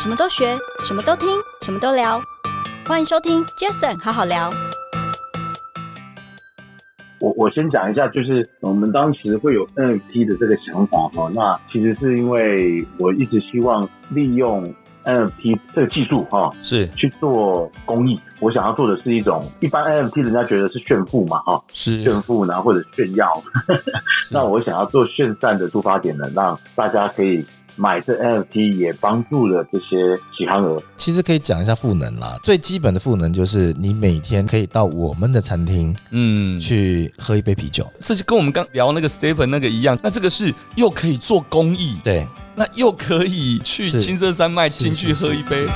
什么都学，什么都听，什么都聊。欢迎收听 Jason 好好聊。 我先讲一下，就是我们当时会有 NFT 的这个想法哈，那其实是因为我一直希望利用 NFT 这个技术哈， 是去做公益。我想要做的是一种一般 NFT 人家觉得是炫富嘛哈， 是炫富然后或者炫耀，那我想要做炫善的出发点呢，让大家可以买这 NFT 也帮助了这些喜憨儿。 其实可以讲一下赋能啦，最基本的赋能就是你每天可以到我们的餐厅，去喝一杯啤酒。 这就跟我们刚聊那个 Stephen 那个一样，那这个是又可以做公益， 对， 那又可以去金色山脉进去喝一杯。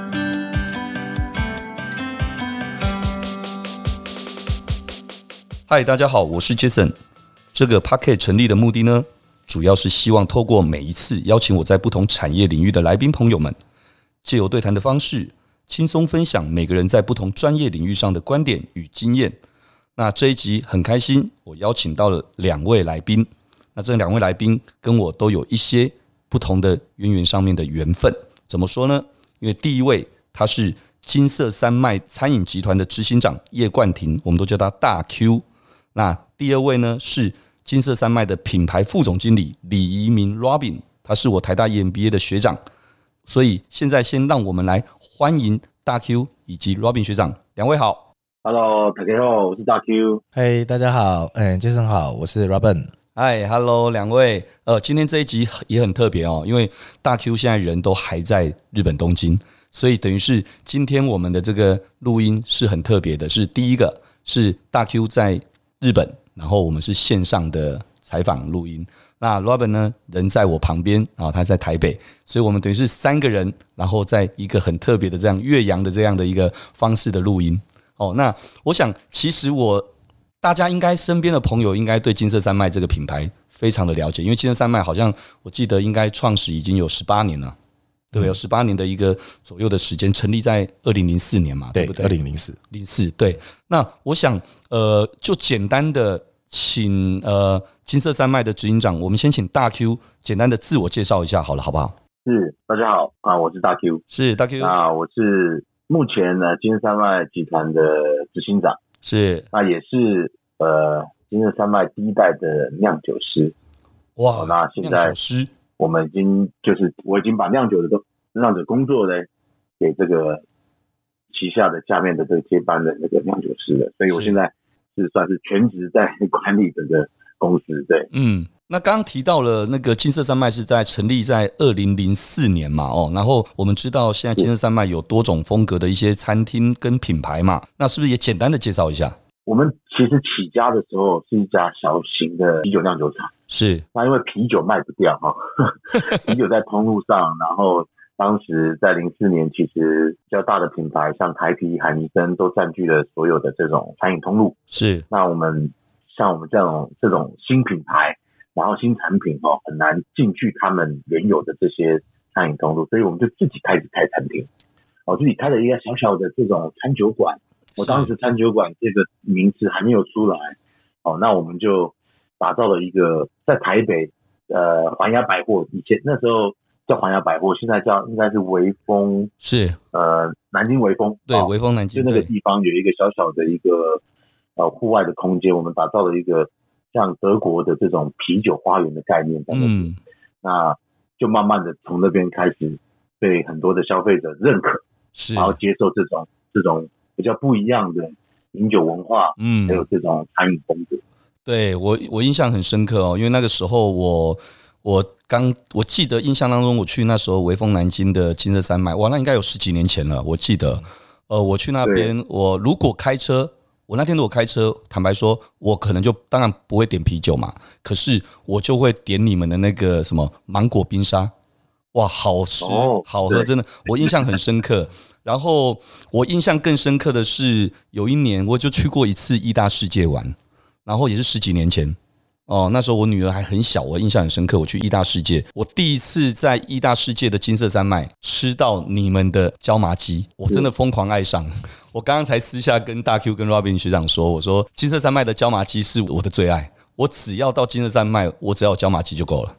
嗨，大家好，我是 Jason。这个 Podcast 成立的目的呢，主要是希望透过每一次邀请我在不同产业领域的来宾朋友们，借由对谈的方式，轻松分享每个人在不同专业领域上的观点与经验。那这一集很开心，我邀请到了2位来宾。那这2位来宾跟我都有一些不同的渊源上面的缘分。怎么说呢？因为第一位他是金色山脉餐饮集团的执行长叶冠廷，我们都叫他大 Q。那第2位呢是金色山脉的品牌副总经理李宜明 Robin， 他是我台大 EMBA 的学长。所以现在先让我们来欢迎大 Q 以及 Robin 学长。2位好。 Hello， 大家好，我是大 Q。 嘿，大家好，Jason 好，我是 Robin。 嗨 ，Hello， 2位。今天这一集也很特别哦，因为大 Q 现在人都还在日本东京，所以等于是今天我们的这个录音是很特别的。是第一个是大 Q 在日本，然后我们是线上的采访录音。那 Robin 呢，人在我旁边啊，他在台北，所以我们等于是3个人，然后在一个很特别的这样越洋的这样的一个方式的录音。那我想其实大家应该身边的朋友应该对金色山脉这个品牌非常的了解，因为金色山脉好像我记得应该创始已经有18年了，对不对？有18年的一个左右的时间，成立在2004年嘛，对不对？2004，对。那我想就简单的请金色山脉的执行长，我们先请大 Q 简单的自我介绍一下好了，好不好？ 是，大家好啊，我是大 Q。 是大 Q。 那我是目前呢金色山脉集团的执行长。 是， 那也是金色山脉第一代的酿酒师。 哇， 那现在我们我已经把酿酒工作呢给这个旗下的下面的这个接班的那个酿酒师了，所以我现在是算是全职在管理这个公司。对， 那刚刚提到了那个金色山脉是成立在2004年嘛，然后我们知道现在金色山脉有多种风格的一些餐厅跟品牌嘛，那是不是也简单的介绍一下？ 我们其实起家的时候是一家小型的啤酒酿酒厂， 是。 那因为啤酒卖不掉啤酒在通路上，然后当时在04年，其实比较大的品牌像台啤、海尼根都占据了所有的这种餐饮通路。 是。 那像我们这种新品牌，然后新产品很难进去他们原有的这些餐饮通路，所以我们就自己开始开餐厅，自己开了一个小小的这种餐酒馆。我当时餐酒馆这个名字还没有出来，那我们就打造了一个在台北环亚百货，以前那时候叫环亚百货，现在应该是微风， 是南京微风， 对，微风南京， 就那个地方有一个小小的一个户外的空间，我们打造了一个像德国的这种啤酒花园的概念在那边，那就慢慢的从那边开始被很多的消费者认可，然后接受这种比较不一样的饮酒文化，还有这种餐饮风格。 对，我印象很深刻因为那个时候我记得印象当中，我去那时候微风南京的金色山脉，哇，那应该有10几年前了，我记得，我去那边，我如果开车。我那天如果开车，坦白说，我可能就当然不会点啤酒嘛，可是我就会点你们的那个什么芒果冰沙，哇，好吃好喝，真的，我印象很深刻。然后我印象更深刻的是，有一年我就去过一次义大世界玩，然后也是10几年前。那时候我女儿还很小，我印象很深刻。我去义大世界，我第一次在义大世界的金色山脉吃到你们的椒麻鸡，我真的疯狂爱上。我刚刚才私下跟大 Q 跟 Robin 学长说，我说金色山脉的椒麻鸡是我的最爱，我只要到金色山脉，我只要有椒麻鸡就够了。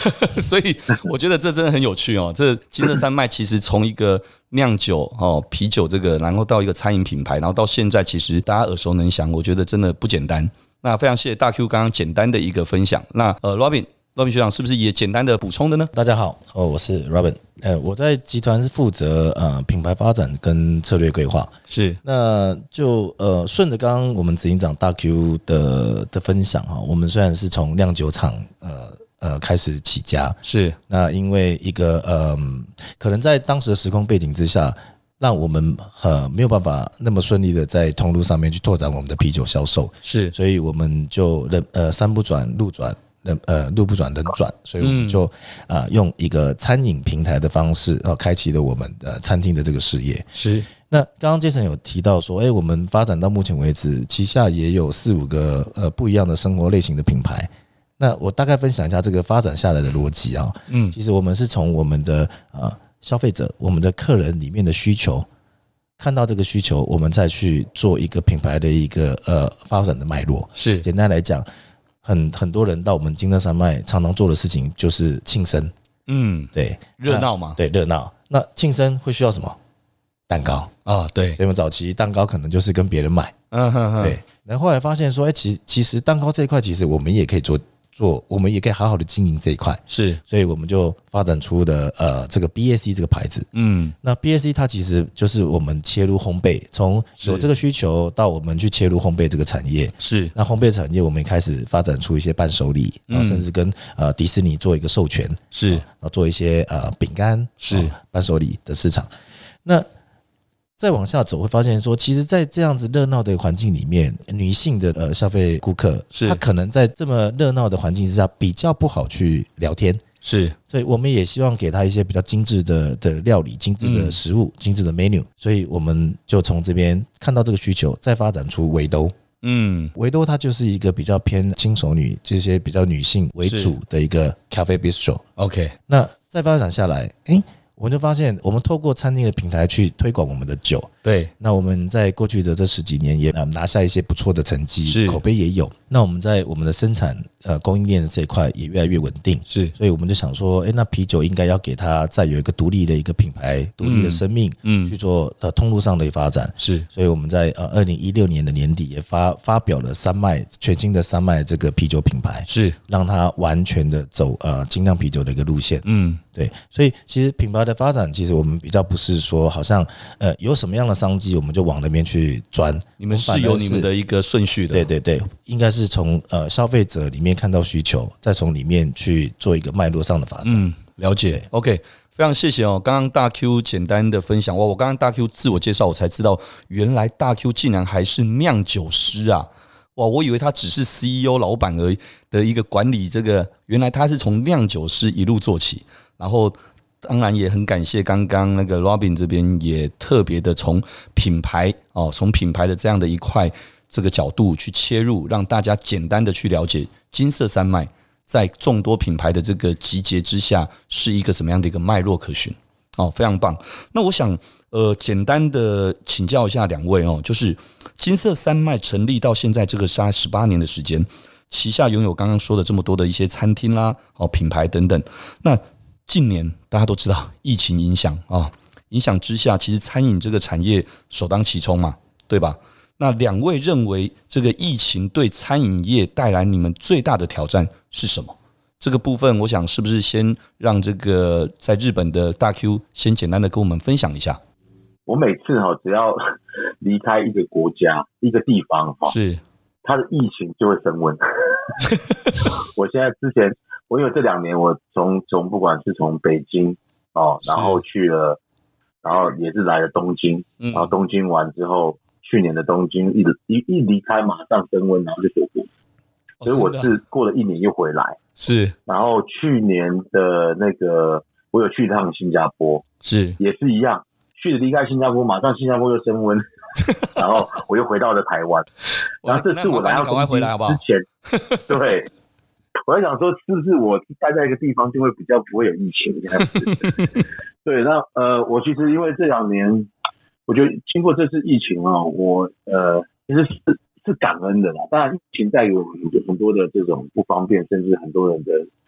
所以我觉得这真的很有趣哦。这金色山脉其实从一个酿酒啤酒这个，然后到一个餐饮品牌，然后到现在其实大家耳熟能详，我觉得真的不简单。那非常谢谢大 Q 刚刚简单的一个分享。那Robin 学长是不是也简单的补充的呢？ 大家好，我是 Robin，我在集团是负责品牌发展跟策略规划。 是， 那就顺着刚刚我们执行长大 Q 的分享哈，我们虽然是从酿酒厂开始起家， 是， 那因为一个可能在当时的时空背景之下，让我们没有办法那么顺利的在通路上面去拓展我们的啤酒销售， 是， 所以我们就山不转路转。路不转人转，所以我们就用一个餐饮平台的方式，开启了我们餐厅的这个事业。 是。 那刚刚Jason有提到说，我们发展到目前为止，旗下也有4-5个不一样的生活类型的品牌。那我大概分享一下这个发展下来的逻辑啊。其实我们是从我们的消费者、我们的客人里面的需求，看到这个需求，我们再去做一个品牌的一个发展的脉络。 是， 简单来讲。很多人到我们金色山脉常常做的事情就是庆生，对， 热闹嘛， 对，热闹。那庆生会需要什么？蛋糕啊，对， 所以我们早期蛋糕可能就是跟别人买，对。然后后来发现说，其实蛋糕这一块，其实我们也可以做，我们也可以好好的经营这一块， 是， 所以我们就发展出的这个 BAC 这个牌子，那 BAC 它其实就是我们切入烘焙，从有这个需求到我们去切入烘焙这个产业， 是， 那烘焙产业我们也开始发展出一些伴手礼，然后甚至跟迪士尼做一个授权， 是， 然后做一些饼干是伴手礼的市场，那。再往下走，会发现说，其实，在这样子热闹的环境里面，女性的消费顾客，她可能在这么热闹的环境之下，比较不好去聊天。 是， 所以我们也希望给她一些比较精致的料理、精致的食物、精致的 menu。所以我们就从这边看到这个需求，再发展出围兜。围兜它就是一个比较偏轻熟女，这些比较女性为主的一个咖啡 bistro。OK， 那再发展下来，我们就发现，我们透过餐厅的平台去推广我们的酒。对，那我们在过去的这10几年也拿下一些不错的成绩，口碑也有。那我们在我们的生产供应链的这一块也越来越稳定。是，所以我们就想说，那啤酒应该要给它再有一个独立的一个品牌、独立的生命，去做通路上的发展。是，所以我们在2016年的年底也发表了全新的山脉这个啤酒品牌，是让它完全的走精酿啤酒的一个路线。对，所以其实品牌的发展，其实我们比较不是说好像有什么样的商机，我们就往那边去钻。你们是有你们的一个顺序的。 对，应该是从消费者里面看到需求，再从里面去做一个脉络上的发展。 了解。OK， 非常谢谢哦。刚刚大 Q 简单的分享，我刚刚大 Q 自我介绍，我才知道原来大 Q 竟然还是酿酒师啊！哇，我以为他只是 CEO 老板而已的一个管理这个，原来他是从酿酒师一路做起。然后当然也很感谢刚刚那个 Robin 这边也特别的从品牌的这样的一块这个角度去切入，让大家简单的去了解金色山脉在众多品牌的这个集结之下是一个怎么样的一个脉络可循。非常棒。那我想简单的请教一下两位就是金色山脉成立到现在这个18年的时间，旗下拥有刚刚说的这么多的一些餐厅啦、品牌等等。那近年大家都知道疫情影响之下，其实餐饮这个产业首当其冲嘛，对吧？那两位认为这个疫情对餐饮业带来你们最大的挑战是什么？这个部分我想是不是先让这个在日本的大 Q 先简单的跟我们分享一下。 我每次只要离开一个国家一个地方是它的疫情就会升温。我现在之前因为这2年我从不管是从北京然后去了，然后也是来了东京，然后东京完之后，去年的东京一离开马上升温，然后就锁国，所以我是过了1年又回来。是，然后去年的那个我有去一趟新加坡，是也是一样，离开新加坡，马上新加坡又升温，然后我又回到了台湾。然后这次我来到东京之前，对。我在想说，是不是我待在一个地方就会比较不会有疫情这样子？对，那我其实因为这2年，我觉得经过这次疫情我其实是感恩的啦。当然，疫情带给我们很多的这种不方便，甚至很多人的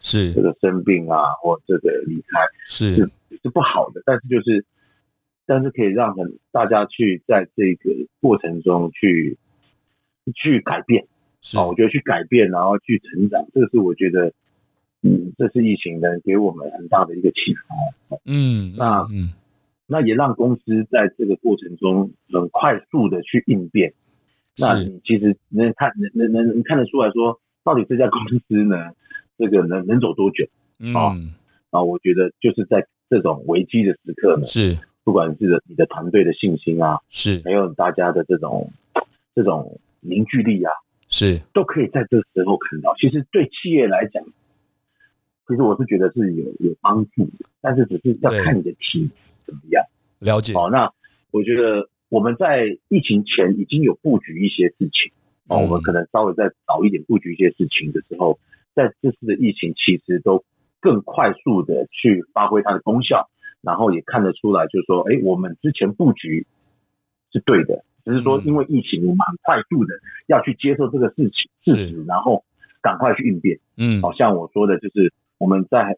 是这个生病啊，或这个离开是不好的，但是可以让大家去在这个过程中去改变，我觉得去改变，然后去成长，这个是我觉得，这是疫情能给我们很大的一个启发。那也让公司在这个过程中很快速的去应变。那你其实能看得出来说，到底这家公司呢，这个能走多久？我觉得就是在这种危机的时刻呢， 是不管是你的团队的信心啊， 是还有大家的这种凝聚力啊， 是都可以在这时候看到。其实对企业来讲，其实我是觉得是有帮助的，但是只是要看你的体怎么样。 了解。 那我觉得我们在疫情前已经有布局一些事情，我们可能稍微再早一点布局一些事情的时候，在这次的疫情其实都更快速的去发挥它的功效，然后也看得出来，就是说，我们之前布局是对的，只是说因为疫情，我们很快速的要去接受这个事实，然后赶快去应变。好像我说的，就是我们在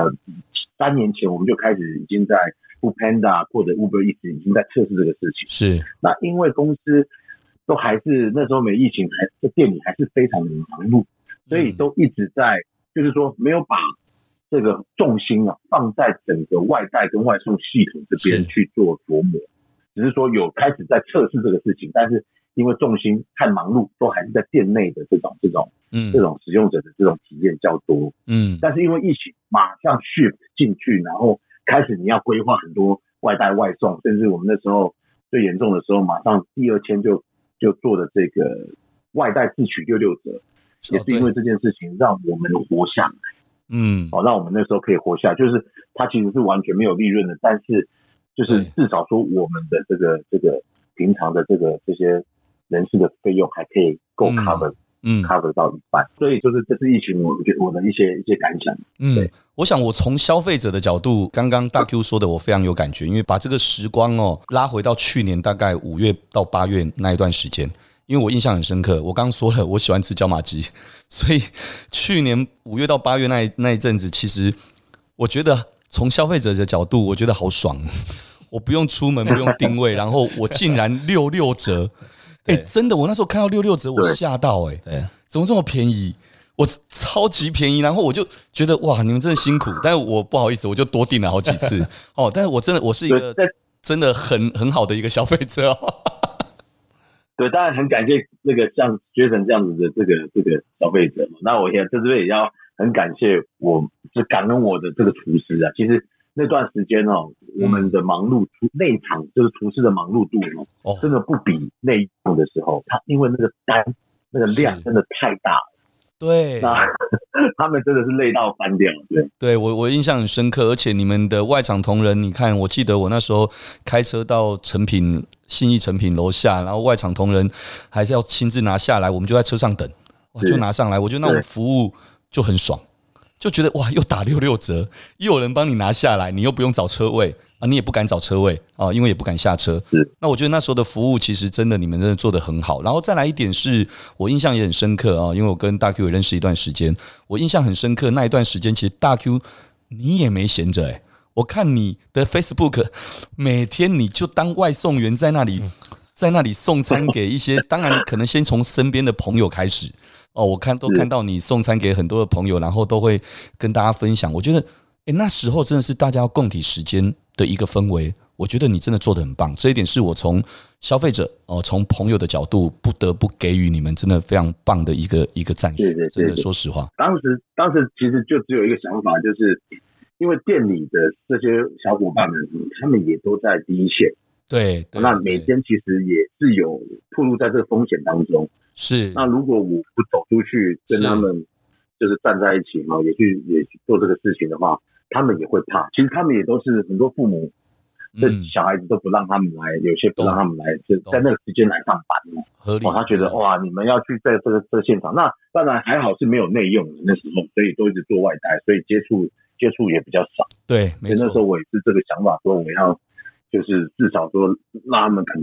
3年前我们就开始已经在Foodpanda 或者 Uber Eats 已经在测试这个事情。 是。 那因为公司都还是那时候没疫情，这店里还是非常的忙碌，所以都一直在，就是说没有把这个重心放在整个外带跟外送系统这边去做琢磨，只是说有开始在测试这个事情，但是因为重心太忙碌，都还是在店内的这种使用者的这种体验较多。但是因为疫情马上 shift 进去，然后开始你要规划很多外带外送，甚至我们那时候最严重的时候，马上第2天就做了这个外带自取66折，也是因为这件事情让我们活下来。让我们那时候可以活下来，就是它其实是完全没有利润的，但是就是至少说我们的这个平常的这些人事的费用还可以够 cover 到一半，所以就是这次疫情我的一些感想。 我想我从消费者的角度，刚刚大 Q 说的我非常有感觉，因为把这个时光拉回到去年大概5月到8月那一段时间，因为我印象很深刻，我刚刚说了我喜欢吃椒麻鸡，所以去年5月到8月那一阵子，其实我觉得从消费者的角度，我觉得好爽，我不用出门，不用定位，然后我竟然66折，真的，我那时候看到66折，我吓到，怎么这么便宜？我超级便宜，然后我就觉得哇，你们真的辛苦，但是我不好意思，我就多订了好几次但是我是一个真的很好的一个消费者对，当然很感谢那个像Jason这样子的这个消费者嘛。那我在这边也要很感谢就感恩我的这个厨师啊。其实那段时间我们的忙碌内场就是厨师的忙碌度真的不比内用的时候，因为那个那个量真的太大了。 对， 他们真的是累到翻掉。 对，我印象很深刻，而且你们的外场同仁，你看，我记得我那时候开车到信义诚品楼下，然后外场同仁还是要亲自拿下来，我们就在车上等，就拿上来，我觉得那种服务就很爽，就觉得哇，又打66折，又有人帮你拿下来，你又不用找车位你也不敢找车位因为也不敢下车。那我觉得那时候的服务其实真的你们真的做得很好。然后再来一点是我印象也很深刻因为我跟大 Q 也认识一段时间，我印象很深刻那一段时间，其实大 Q 你也没闲着我看你的 Facebook 每天你就当外送员在那里送餐给一些，当然可能先从身边的朋友开始我看到你送餐给很多的朋友，然后都会跟大家分享。我觉得那时候真的是大家要共体时间的一个氛围，我觉得你真的做得很棒，这一点是我从消费者从朋友的角度不得不给予你们真的非常棒的一个赞许。真的说实话， 当时其实就只有一个想法，就是因为店里的这些小伙伴们，他们也都在第一线， 对， 那每天其实也是有暴露在这个风险当中。 是，那如果我不走出去跟他们就是站在一起也去做这个事情的话，他们也会怕。其实他们也都是很多父母这小孩子都不让他们来，有些不让他们来，就在那个时间来上班合理。 他觉得哇，你们要去在这个现场，那当然还好是没有内用的那时候，所以都一直做外带，所以接触也比较少。 对，没错。 那时候我也是这个想法，说我要就是至少说让他们感觉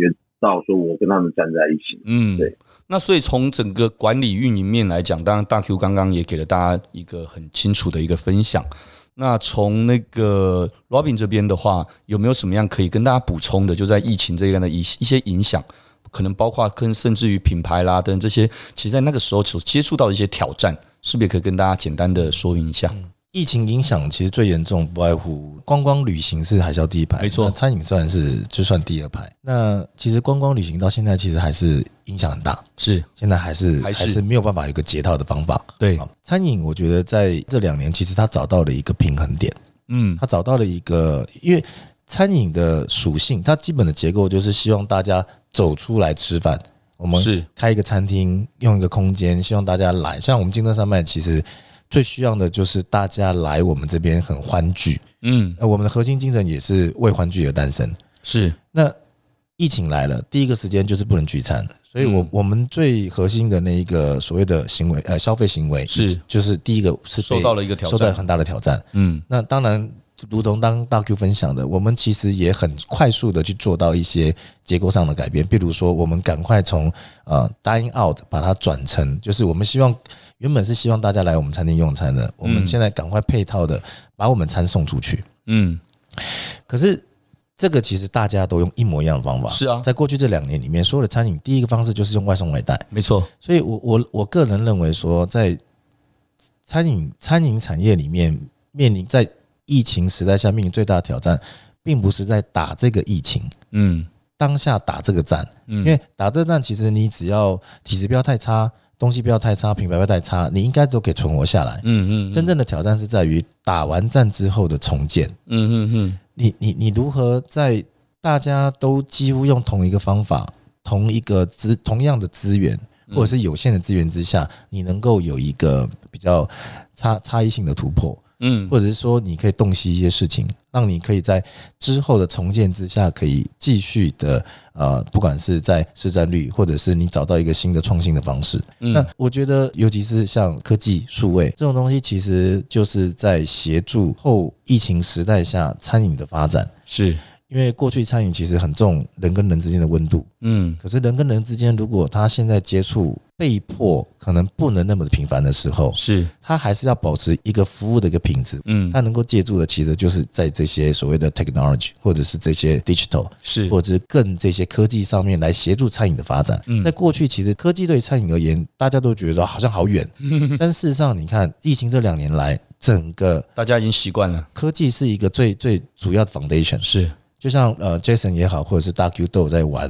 到说我跟他们站在一起。对。 那所以从整个管理运营面来讲，当然大 Q 刚刚也给了大家一个很清楚的一个分享。那从那个 Robin 这边的话，有没有什么样可以跟大家补充的？就在疫情这样的一些影响，可能包括甚至于品牌啦等这些，其实在那个时候所接触到的一些挑战，是不是也可以跟大家简单的说明一下？ 疫情影响其实最严重，不外乎观光旅行是海啸第一排， 没错， 餐饮就算第二排。那其实观光旅行到现在其实还是影响很大， 是现在还是没有办法有一个解套的方法。 对， 餐饮我觉得在这2年其实它找到了一个平衡点，它找到了一个，因为餐饮的属性，它基本的结构就是希望大家走出来吃饭。我们开一个餐厅，用一个空间，希望大家来。像我们金灯山脉，其实最需要的就是大家来我们这边很欢聚。我们的核心精神也是为欢聚而诞生。 是。 那疫情来了，第一个时间就是不能聚餐，所以我们最核心的那一个所谓的行为，消费行为就是第一个是受到了一个挑战， 受到了很大的挑战。那当然，如同当大 Q 分享的，我们其实也很快速的去做到一些结构上的改变，比如说我们赶快从dine out 把它转成，就是我们原本是希望大家来我们餐厅用餐的，我们现在赶快配套的把我们餐送出去。可是这个其实大家都用一模一样的方法。 是啊， 在过去这2年里面，所有的餐饮第一个方式就是用外送外带。 没错。 所以我个人认为说，在餐饮产业里面面临在疫情时代下面临最大的挑战，并不是在打这个疫情，当下打这个战，因为打这个战，其实你只要体质不要太差，东西不要太差，品牌不要太差，你应该都可以存活下来。真正的挑战是在于打完战之后的重建。你如何在大家都几乎用同一个方法、同样的资源，或者是有限的资源之下，你能够有一个比较差异性的突破？或者是说你可以洞悉一些事情，让你可以在之后的重建之下，可以继续的不管是在市占率，或者是你找到一个新的创新的方式。那我觉得，尤其是像科技、数位这种东西，其实就是在协助后疫情时代下餐饮的发展。是。因为过去餐饮其实很重人跟人之间的温度，可是人跟人之间，如果他现在接触被迫可能不能那么频繁的时候，他还是要保持一个服务的一个品质，他能够借助的其实就是在这些所谓的 technology 或者是这些 digital 或者是更这些科技上面来协助餐饮的发展。在过去其实科技对餐饮而言，大家都觉得好像好远，但事实上你看疫情这2年来，整个大家已经习惯了， 科技是一个最主要的 foundation。是。就像Jason 也好，或者是大 Q 都有在玩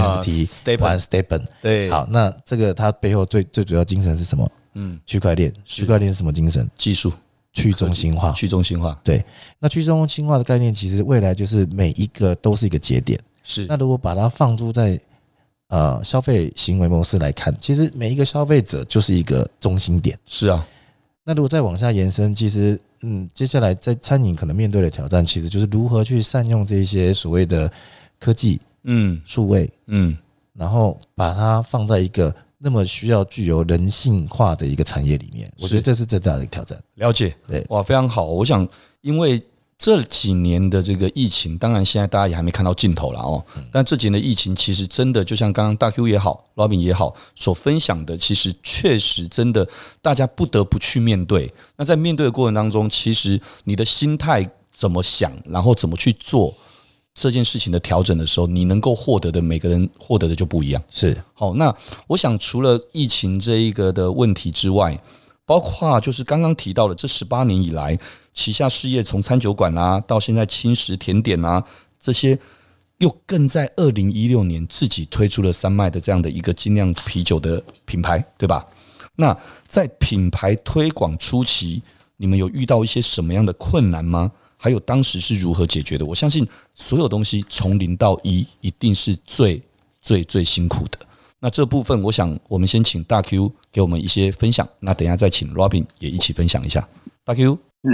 NFT，玩 Stepen。对，好，那这个它背后最主要精神是什么？区块链。区块链是什么精神？ 技术， 去中心化。去中心化。对，那去中心化的概念，其实未来就是每一个都是一个节点。是。那如果把它放诸在消费行为模式来看，其实每一个消费者就是一个中心点。是啊。那如果再往下延伸，其实接下来在餐饮可能面对的挑战，其实就是如何去善用这些所谓的科技、数位，然后把它放在一个那么需要具有人性化的一个产业里面。我觉得这是最大的一个挑战。 了解，对，哇，非常好。我想，因为这几年的这个疫情，当然现在大家也还没看到尽头了哦。但这几年的疫情，其实真的就像刚刚大 Q 也好，Robin 也好所分享的，其实确实真的大家不得不去面对。那在面对的过程当中，其实你的心态怎么想，然后怎么去做这件事情的调整的时候，你能够获得的每个人获得的就不一样。是。好，那我想除了疫情这一个的问题之外，包括就是刚刚提到的这18年以来，旗下事业从餐酒馆啊，到现在轻食甜点啊，这些又更在2016年自己推出了山脉的这样的一个精酿啤酒的品牌，对吧？那在品牌推广初期，你们有遇到一些什么样的困难吗？还有当时是如何解决的？我相信所有东西从0到1一定是最辛苦的。那这部分我想我们先请大 Q 给我们一些分享，那等一下再请 Robin 也一起分享一下。大 Q 是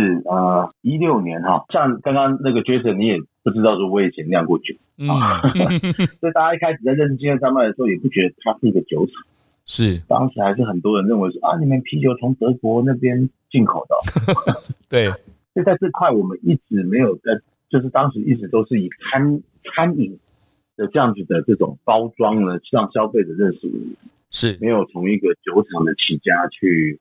16年哈，像刚刚那个 Jason 你也不知道说我以前酿过酒所以大家一开始在认识金灯山脉的时候，也不觉得它是一个酒厂。是，当时还是很多人认为说你们啤酒从德国那边进口的对，所以在这块我们一直没有在，就是当时一直都是以餐饮的这样子的这种包装呢，让消费者认识我们， 是没有从一个酒厂的起家去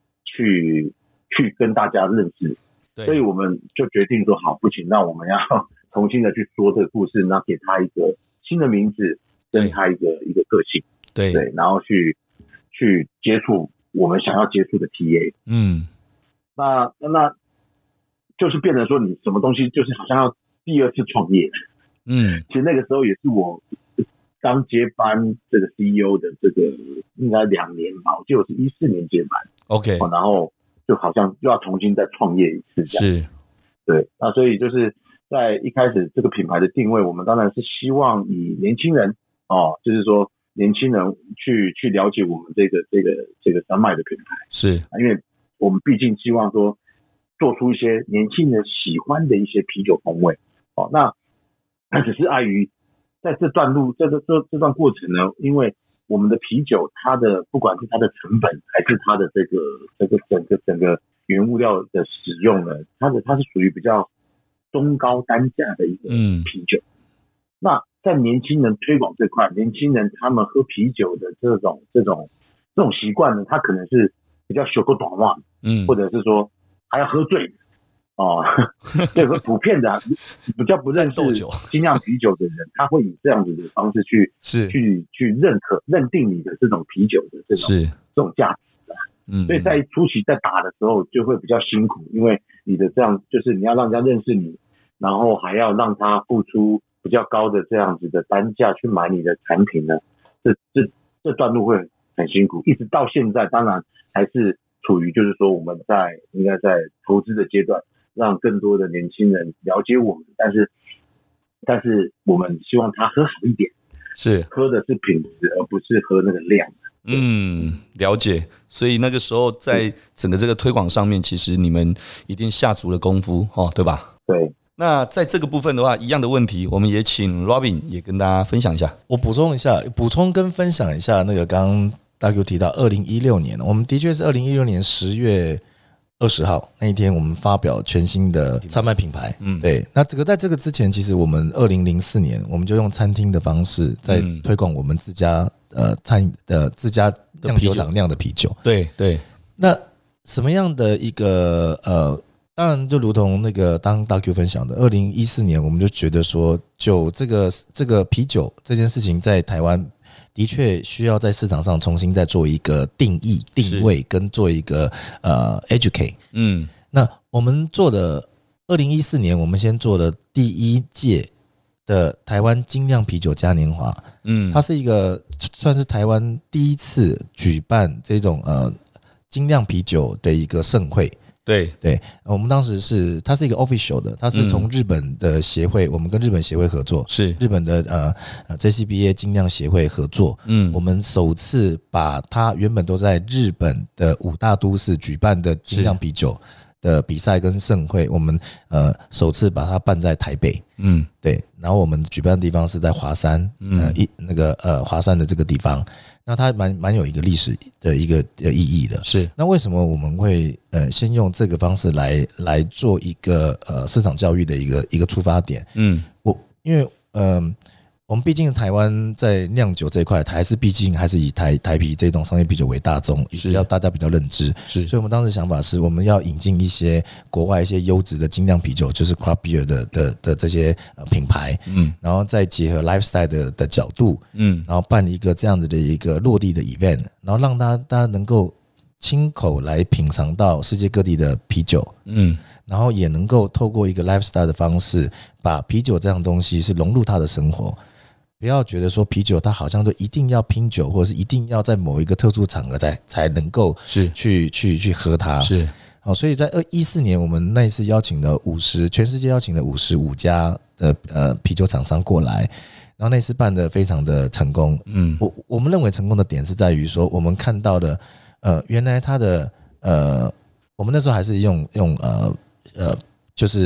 跟大家认识，所以我们就决定说好，不行，那我们要重新的去说这个故事，那给他一个新的名字，跟他一个个性，对，然后去接触我们想要接触的 TA， 那就是变成说你什么东西就是好像要第二次创业，其实那个时候也是我刚接班这个 CEO 的这个应该2年吧，我记得我是14年接班 ，OK， 然后就好像又要重新再创业一次， 是， 对，那所以就是在一开始这个品牌的定位，我们当然是希望以年轻人就是说年轻人去了解我们这个山脉的品牌， 是， 因为我们毕竟希望说做出一些年轻人喜欢的一些啤酒风味，那只是碍于在这段过程呢，因为我们的啤酒它的不管是它的成本还是它的这个整个原物料的使用呢，它是属于比较中高单价的一个啤酒，那在年轻人推广这块，年轻人他们喝啤酒的这种习惯呢，他可能是比较小个短袜，或者是说还要喝醉这个普遍的比较不认识精酿啤酒的人，他会以这样子的方式去认定你的这种啤酒的这种价值，所以在初期在打的时候就会比较辛苦，因为你的这样就是你要让人家认识你，然后还要让他付出比较高的这样子的单价去买你的产品呢，这段路会很辛苦，一直到现在，当然还是处于就是说我们应该在投资的阶段，让更多的年轻人了解我们，但是我们希望他喝好一点，是喝的是品质，而不是喝那个量。 了解。所以那个时候在整个这个推广上面，其实你们一定下足了功夫，对吧？ 对。 那在这个部分的话，一样的问题，我们也请 Robin 也跟大家分享一下。 我补充跟分享一下那个刚刚大 Q 提到2016年，我们的确是2016年10月20号那一天，我们发表全新的山脉品牌。对。那在这个之前，其实我们2004年我们就用餐厅的方式在推广我们自家自家酿酒厂酿的啤酒。 对。 那什么样的一个当然就如同那个当大 Q 分享的，2014年我们就觉得说，酒这个啤酒这件事情在台湾的确需要在市场上重新再做一个定义、定位跟做一个educate。那我们做的2014年，我们先做了第1届的台湾精酿啤酒嘉年华。它是一个算是台湾第一次举办这种精酿啤酒的一个盛会。对，我们当时它是一个 official 的，它是从日本的协会，我们跟日本协会合作，是日本的JCBA 精酿协会合作，我们首次把它原本都在日本的5大都市举办的精酿啤酒的比赛跟盛会，我们首次把它办在台北，对，然后我们举办的地方是在华山，华山的这个地方。那它蛮有一个历史的一个意义的，是。那为什么我们会先用这个方式来做一个市场教育的一个出发点？因为我们毕竟台湾在酿酒这一块，毕竟还是以台啤这种商业啤酒为大众，要大家比较认知。是，所以我们当时想法是我们要引进一些国外一些优质的精酿啤酒，就是 craft beer 的这些品牌，然后再结合 lifestyle 的角度，然后办一个这样子的一个落地的 event， 然后让大家能够亲口来品尝到世界各地的啤酒，然后也能够透过一个 lifestyle 的方式，把啤酒这样东西是融入他的生活。不要觉得说啤酒它好像都一定要拼酒，或者是一定要在某一个特殊场合才能够去喝它。是，好，所以在2014年我们那一次邀请了全世界邀请了55家的啤酒厂商过来，然后那次办得非常的成功。我们认为成功的点是在于说，我们看到的原来它的我们那时候还是用就是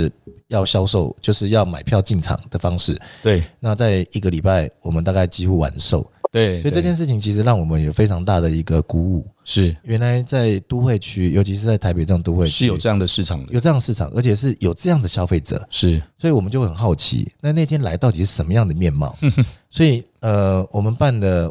要销售，就是要买票进场的方式。 对， 那在1个礼拜，我们大概几乎完售。 对， 所以这件事情其实让我们有非常大的一个鼓舞。 是， 原来在都会区，尤其是在台北这种都会区， 是有这样的市场的， 有这样的市场，而且是有这样的消费者。 是， 所以我们就很好奇，那天来到底是什么样的面貌？所以我们办了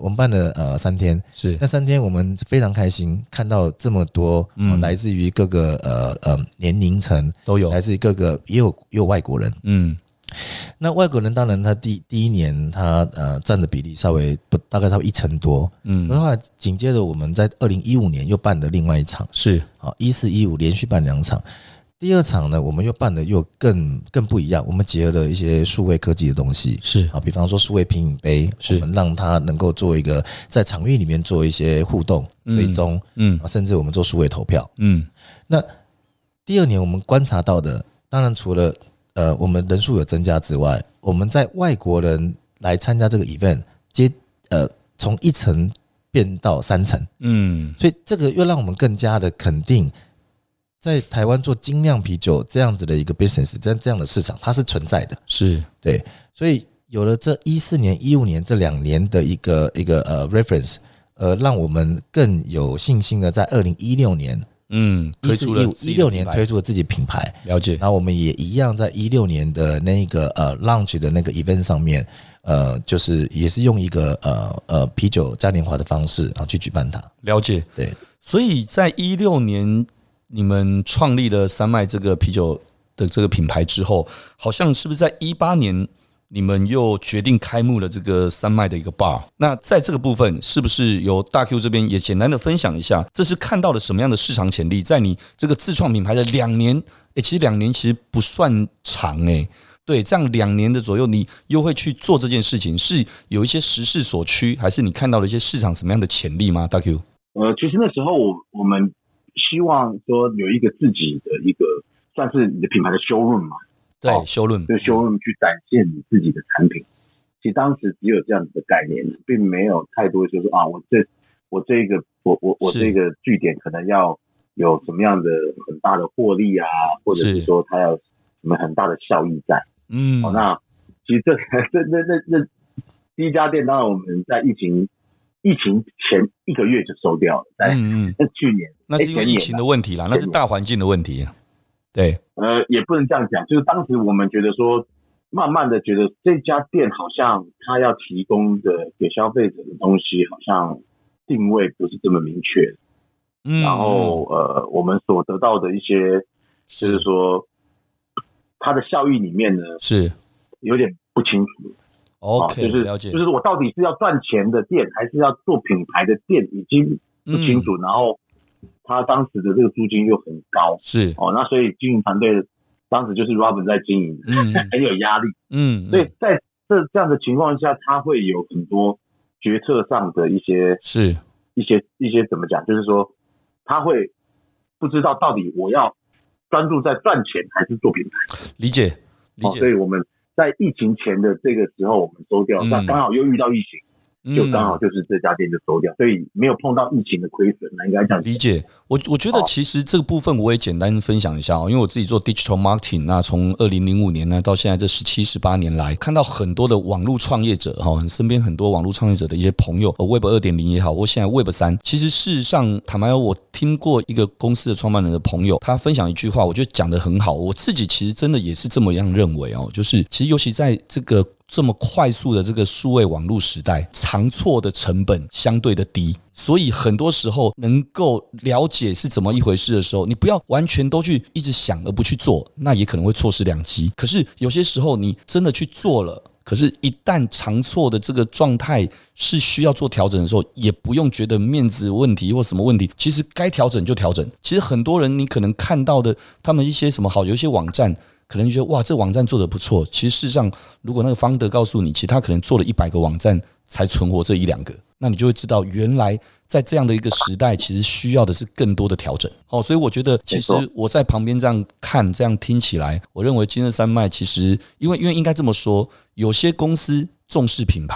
3天， 是那3天我们非常开心，看到这么多来自于各个年龄层都有， 来自于各个也有外国人，那外国人当然他第一年他占的比例大概稍微1成多，然后紧接着我们在2015年又办了另外一场， 是 14、15连续办2场。第2场呢，我们又办的又更不一样，我们结合了一些数位科技的东西， 是比方说数位品饮杯，我们让它能够做一个在场域里面做一些互动追踪，甚至我们做数位投票，那第2年我们观察到的，当然除了我们人数有增加之外，我们在外国人来参加这个 event， 从1成变到3成，所以这个又让我们更加的肯定，在台湾做精酿啤酒这样子的一个 business， 这样的市场它是存在的， 是对，所以有了这14年、15年这2年的一个reference， 让我们更有信心的在2016年。 推出了 16年推出了自己品牌， 了解。 然后我们也一样在16年的那个launch 的那个 event 上面，就是也是用一个啤酒嘉年华的方式去举办它。 了解， 对。 所以在16年你们创立了三麦这个啤酒的这个品牌之后，好像是不是在18年？你们又决定开幕了这个三麦的一个 bar， 那在这个部分是不是由大 Q 这边也简单的分享一下，这是看到了什么样的市场潜力？在你这个自创品牌的2年，其实2年其实不算长对，这样2年的左右，你又会去做这件事情，是有一些时势所趋，还是你看到了一些市场什么样的潜力吗？大 Q？ 其实那时候我们希望说有一个自己的一个算是你的品牌的 showroom 嘛。 对，修论就修论去展现你自己的产品。其实当时只有这样子的概念，并没有太多就是说我这个据点可能要有什么样的很大的获利啊，或者是说它要什么很大的效益在。那其实这第一家店，当然我们在疫情前1个月就收掉了，在去年那是因为疫情的问题啦，那是大环境的问题。对， 也不能这样讲，就是当时我们觉得说，慢慢的觉得这家店好像它要提供的给消费者的东西，好像定位不是这么明确。然后我们所得到的一些，就是说它的效益里面呢，是有点不清楚。 OK， 了解，就是我到底是要赚钱的店，还是要做品牌的店，已经不清楚。然后他当时的这个租金又很高，那所以经营团队当时就是 Robin 在经营，很有压力，所以在这样的情况下，他会有很多决策上的一些怎么讲，就是说他会不知道到底我要专注在赚钱还是做品牌， 理解， 所以我们在疫情前的这个时候我们收掉，那刚好又遇到疫情。就刚好就是这家店就收掉，所以没有碰到疫情的亏损，那应该这样理解。我觉得其实这个部分我也简单分享一下，因为我自己做 digital marketing， 那从2005年呢到现在这17、18年来，看到很多的网络创业者身边很多网络创业者的一些朋友 ，Web 2.0 也好，或现在 Web 3，其实事实上坦白说，我听过一个公司的创办人的朋友，他分享一句话，我觉得讲得很好，我自己其实真的也是这么样认为就是其实尤其在这个这么快速的这个数位网络时代，常错的成本相对的低，所以很多时候能够了解是怎么一回事的时候，你不要完全都去一直想而不去做，那也可能会错失良机。可是有些时候你真的去做了，可是一旦常错的这个状态是需要做调整的时候，也不用觉得面子问题或什么问题，其实该调整就调整。其实很多人你可能看到的他们一些什么好，有一些网站可能觉得哇，这网站做得不错。其实事实上，如果那个founder告诉你，其实他可能做了100个网站才存活这1-2个，那你就会知道，原来在这样的一个时代，其实需要的是更多的调整。所以我觉得，其实我在旁边这样看、这样听起来，我认为今日三麦其实，因为应该这么说，有些公司重视品牌，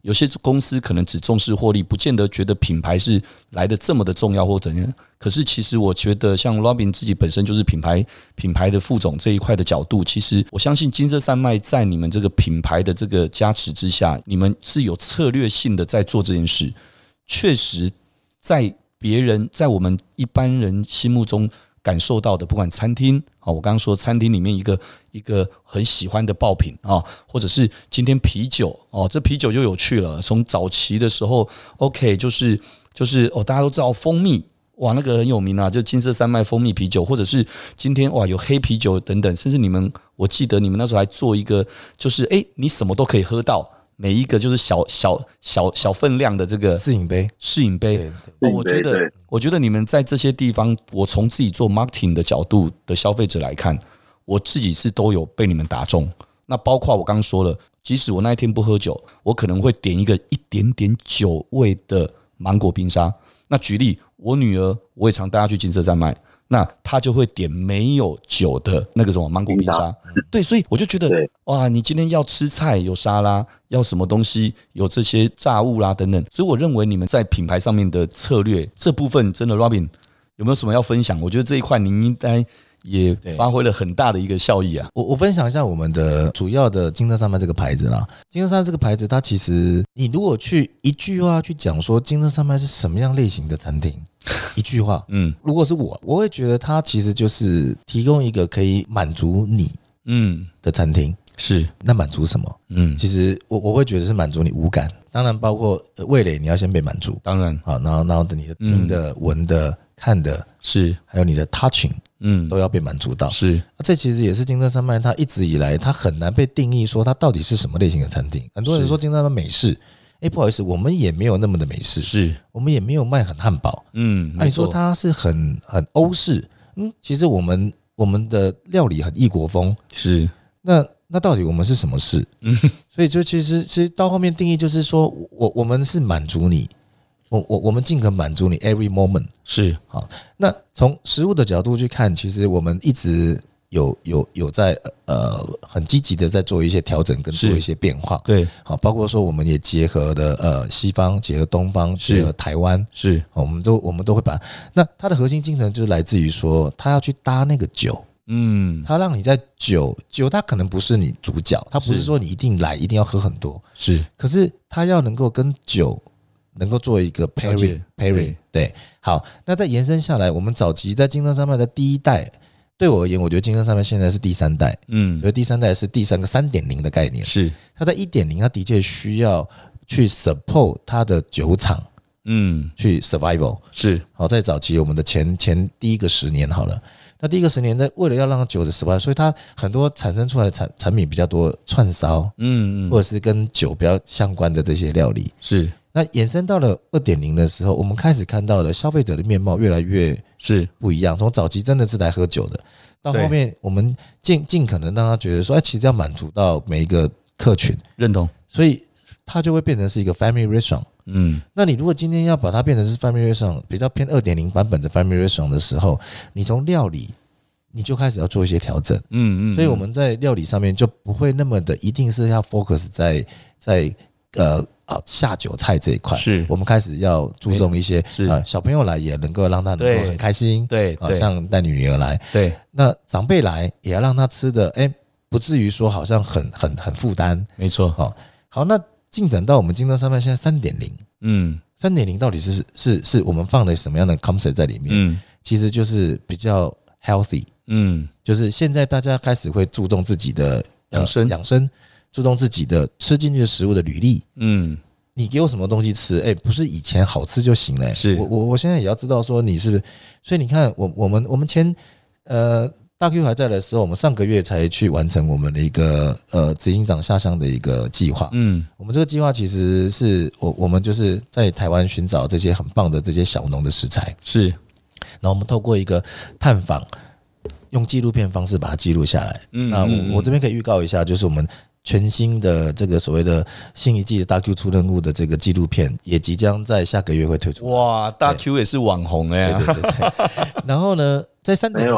有些公司可能只重视获利，不见得觉得品牌是来的这么的重要或怎样。可是其实我觉得，像 Robin 自己本身就是品牌的副总这一块的角度，其实我相信金色山脉在你们这个品牌的这个加持之下，你们是有策略性的在做这件事。确实，在我们一般人心目中感受到的，不管餐厅，我刚刚说餐厅里面一个很喜欢的爆品啊，或者是今天啤酒哦，这啤酒就有趣了。从早期的时候 ，OK， 就是大家都知道蜂蜜。哇，那个很有名啊，就金色山脉蜂蜜啤酒，或者是今天哇有黑啤酒等等，甚至我记得你们那时候还做一个，就是你什么都可以喝到，每一个就是小分量的这个试饮杯。 我觉得你们在这些地方，我从自己做 marketing 的角度的消费者来看，我自己是都有被你们打中。那包括我刚刚说了，即使我那一天不喝酒，我可能会点一点点酒味的芒果冰沙。那举例，我女儿我也常带她去金色山脉，那她就会点没有酒的那个什么芒果冰沙。对，所以我就觉得哇，你今天要吃菜有沙拉，要什么东西有这些炸物啦等等。所以我认为你们在品牌上面的策略这部分，真的 Robin 有没有什么要分享？我觉得这一块您应该也发挥了很大的一个效益啊！ 我分享一下我们的主要的金色山脉这个牌子啦。金色山脉这个牌子，它其实你如果去一句话去讲说金色山脉是什么样类型的餐厅，一句话，如果是我会觉得它其实就是提供一个可以满足你的餐厅。 是， 那满足什么？其实我会觉得是满足你五感，当然包括味蕾你要先被满足， 当然好，然后你的听的、闻的、看的， 是， 还有你的 touching。都要被满足到。 是， 这其实也是金色山脉它一直以来它很难被定义说它到底是什么类型的餐厅。很多人说金色山脉美式，不好意思，我们也没有那么的美式，是我们也没有卖很汉堡。那你说它是很欧式，其实我们的料理很异国风。 是， 那到底我们是什么式？所以就其实到后面定义就是说我们是满足你。我们尽可满足你 every moment。 是， 好，那从食物的角度去看，其实我们一直有在很积极的在做一些调整跟做一些变化。 对， 好，包括说我们也结合的西方，结合东方，结合台湾， 是， 我们都会把那它的核心精神就是来自于说，它要去搭那个酒。它让你在酒它可能不是你主角，它不是说你一定要喝很多， 是， 可是它要能够跟酒能够做一个 pairing。 对，好，那再延伸下来，我们早期在金色山脉的第一代，对我而言，我觉得金色山脉现在是第三代，所以第三代是第三个 3.0 的概念。是，它在 1.0 它的确需要去 support 它的酒厂，去 survival。是，好，在早期我们的前第一个10年好了，那第一个10年为了要让酒的 survival， 所以它很多产生出来的产品比较多串烧，或者是跟酒比较相关的这些料理。是。那延伸到了 2.0 的时候，我们开始看到了消费者的面貌越来越是不一样。从早期真的是来喝酒的，到后面我们尽可能让他觉得说，其实要满足到每一个客群， 认同， 所以它就会变成是一个 family restaurant。那你如果今天要把它变成是 family restaurant， 比较偏 2.0 版本的 family restaurant 的时候，你从料理你就开始要做一些调整。所以我们在料理上面就不会那么的一定是要 focus 在下酒菜这一块，是我们开始要注重一些小朋友来也能够让他能够很开心。对，像带女儿来，对，那长辈来也要让他吃的不至于说好像很负担。没错。好，那进展到我们金色山脉现在 3.0。3.0 到底是我们放了什么样的 concept 在里面？其实就是比较 healthy。就是现在大家开始会注重自己的养生，注重自己的吃进去的食物的履历。你给我什么东西吃？不是以前好吃就行了。是，我现在也要知道说你是不是。所以你看，我们前大 Q 还在的时候，我们上个月才去完成我们的一个执行长下乡的一个计划。我们这个计划其实是我们就是在台湾寻找这些很棒的这些小农的食材。是，然后我们透过一个探访，用纪录片方式把它记录下来。那我这边可以预告一下，就是我们全新的这个所谓的新一季的大 Q 出任务的这个纪录片，也即将在下个月会推出。哇， 大 Q 也是网红对。 然后呢， 在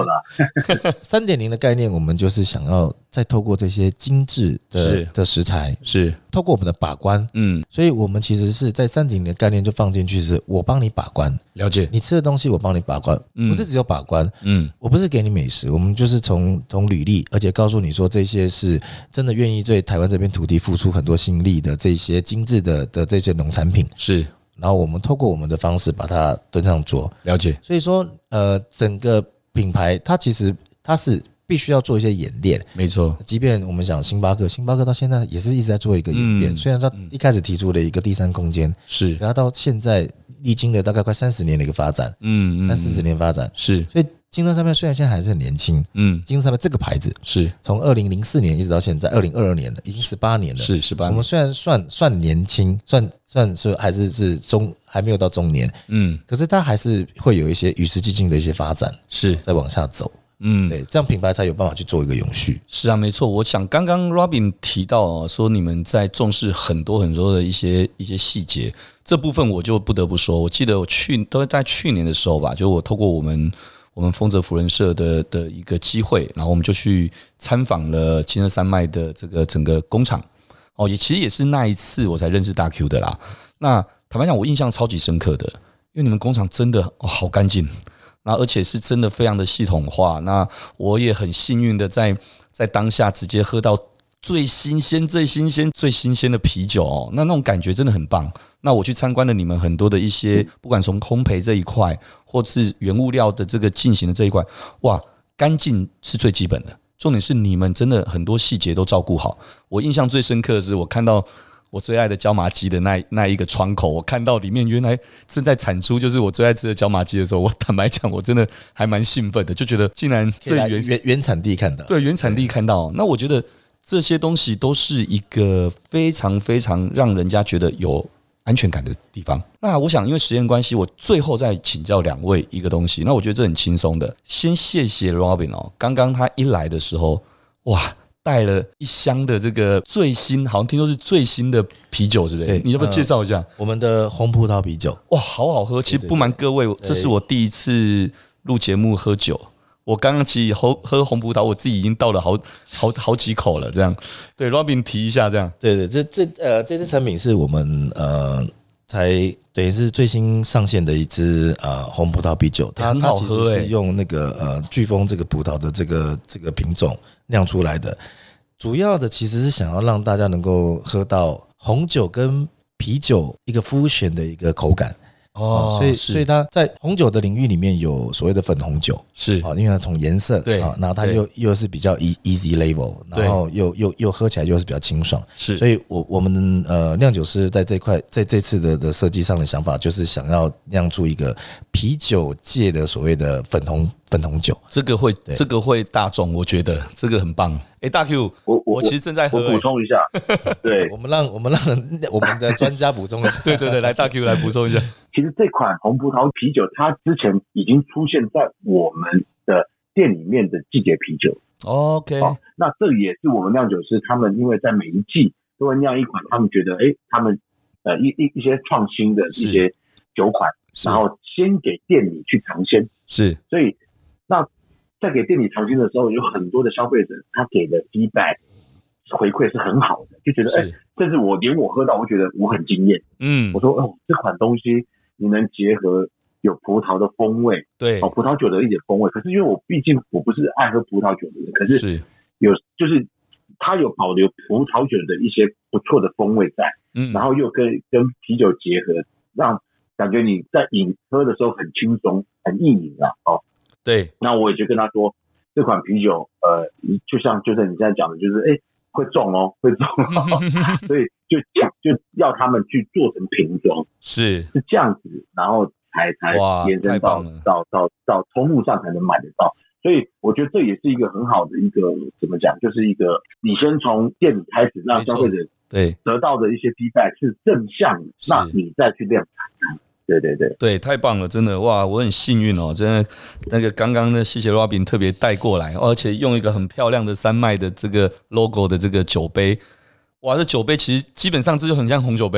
3.0的概念，我们就是想要再透过这些精致的食材， 是透过我们的把关，所以我们其实是在3.0的概念就放进去，是我帮你把关， 了解你吃的东西我帮你把关，不是只有把关，我不是给你美食，我们就是从履历，而且告诉你说这些是真的愿意对台湾这片土地付出很多心力的这些精致的这些农产品， 是。 然后我们透过我们的方式把它端上桌， 了解。 所以说，整个品牌它其实它是必须要做一些演练， 没错。 即便我们讲星巴克到现在也是一直在做一个演练，虽然它一开始提出了一个第三空间， 是， 然后到现在历经了大概快30年的一个发展，30-40年发展， 是。 所以金灯三麦虽然现在还是很年轻，金灯三麦这个牌子是从2004年一直到现在2022年了，已经18年了， 是18年。 我们虽然算年轻，算是还没有到中年，可是它还是会有一些与时俱进的一些发展， 是在往下走。对，这样品牌才有办法去做一个永续。 是啊，没错。我想刚刚 Robin 提到说你们在重视很多的一些细节，这部分我就不得不说，我记得都在去年的时候吧，就我透过我们丰泽福人社的一个机会，然后我们就去参访了金灯三麦的这个整个工厂，其实也是那一次我才认识大 Q 的啦。那坦白讲，我印象超级深刻的，因为你们工厂真的好干净。那而且是真的非常的系统化，那我也很幸运的在当下直接喝到最新鲜的啤酒那种感觉真的很棒。那我去参观了你们很多的一些，不管从烘焙这一块，或是原物料的这个进行的这一块，哇，干净是最基本的，重点是你们真的很多细节都照顾好。我印象最深刻的是，我看到我最爱的椒麻鸡的那一个窗口，我看到里面原来正在产出就是我最爱吃的椒麻鸡的时候，我坦白讲，我真的还蛮兴奋的，就觉得竟然最原产地看到， 对，原产地看到。那我觉得这些东西都是一个非常非常让人家觉得有安全感的地方。那我想因为时间关系，我最后再请教两位一个东西，那我觉得这很轻松的，先谢谢 Robin 刚刚他一来的时候，哇，带了一箱的这个最新，好像听说是最新的啤酒，是不是？你要不要介绍一下？ 我们的红葡萄啤酒， 哇，好好喝！其实不瞒各位，这是我第一次录节目喝酒。我刚刚其实喝红葡萄，我自己已经倒了好几口了，这样。对 ，Robin 提一下，这样。 对，这支产品是我们才等于是最新上线的一支红葡萄啤酒，它其实是用那个飓风这个葡萄的这个品种酿出来的，主要的其实是想要让大家能够喝到红酒跟啤酒一个fusion的一个口感。所以它在红酒的领域里面有所谓的粉红酒， 是因为它从颜色对， 然后它又是比较 easy label， 然后又喝起来又是比较清爽， 是。 所以我们酿酒师在这次的设计上的想法，就是想要酿出一个啤酒界的所谓的粉红酒， 这个会大众，我觉得这个很棒。大 Q， 我其实正在喝， 我补充一下，对， 我们让我们的专家补充一下， 对，来大 Q 来补充一下。 其实这款红葡萄啤酒，它之前已经出现在我们的店里面的季节啤酒。 OK， 那这也是我们酿酒师他们因为在每一季都会酿一款，他们觉得他们一些创新的一些酒款，然后先给店里去尝鲜。 是， 所以那在给店里尝鲜的时候，有很多的消费者他给的 feedback 回馈是很好的，就觉得甚至连我喝到，我觉得我很惊艳。我说这款东西你能结合有葡萄的风味， 对， 葡萄酒的一点风味。可是因为毕竟我不是爱喝葡萄酒的人，可是就是它有保留葡萄酒的一些不错的风味在，然后又跟啤酒结合，让感觉你在喝的时候很轻松、很易饮啊。 对， 那我也就跟他说，这款啤酒就像你现在讲的，就是会重会重所以就要他们去做成瓶装，是这样子，然后才延伸到通路上才能买得到。所以我觉得这也是一个很好的一个怎么讲，就是一个你先从店里开始让消费者得到的一些 feedback 是正向的，那你再去量产。对， 太棒了，真的哇！我很幸运真的那个刚刚的谢谢 Robin 特别带过来，而且用一个很漂亮的山脉的这个 logo 的这个酒杯，哇！这酒杯其实基本上这就很像红酒杯，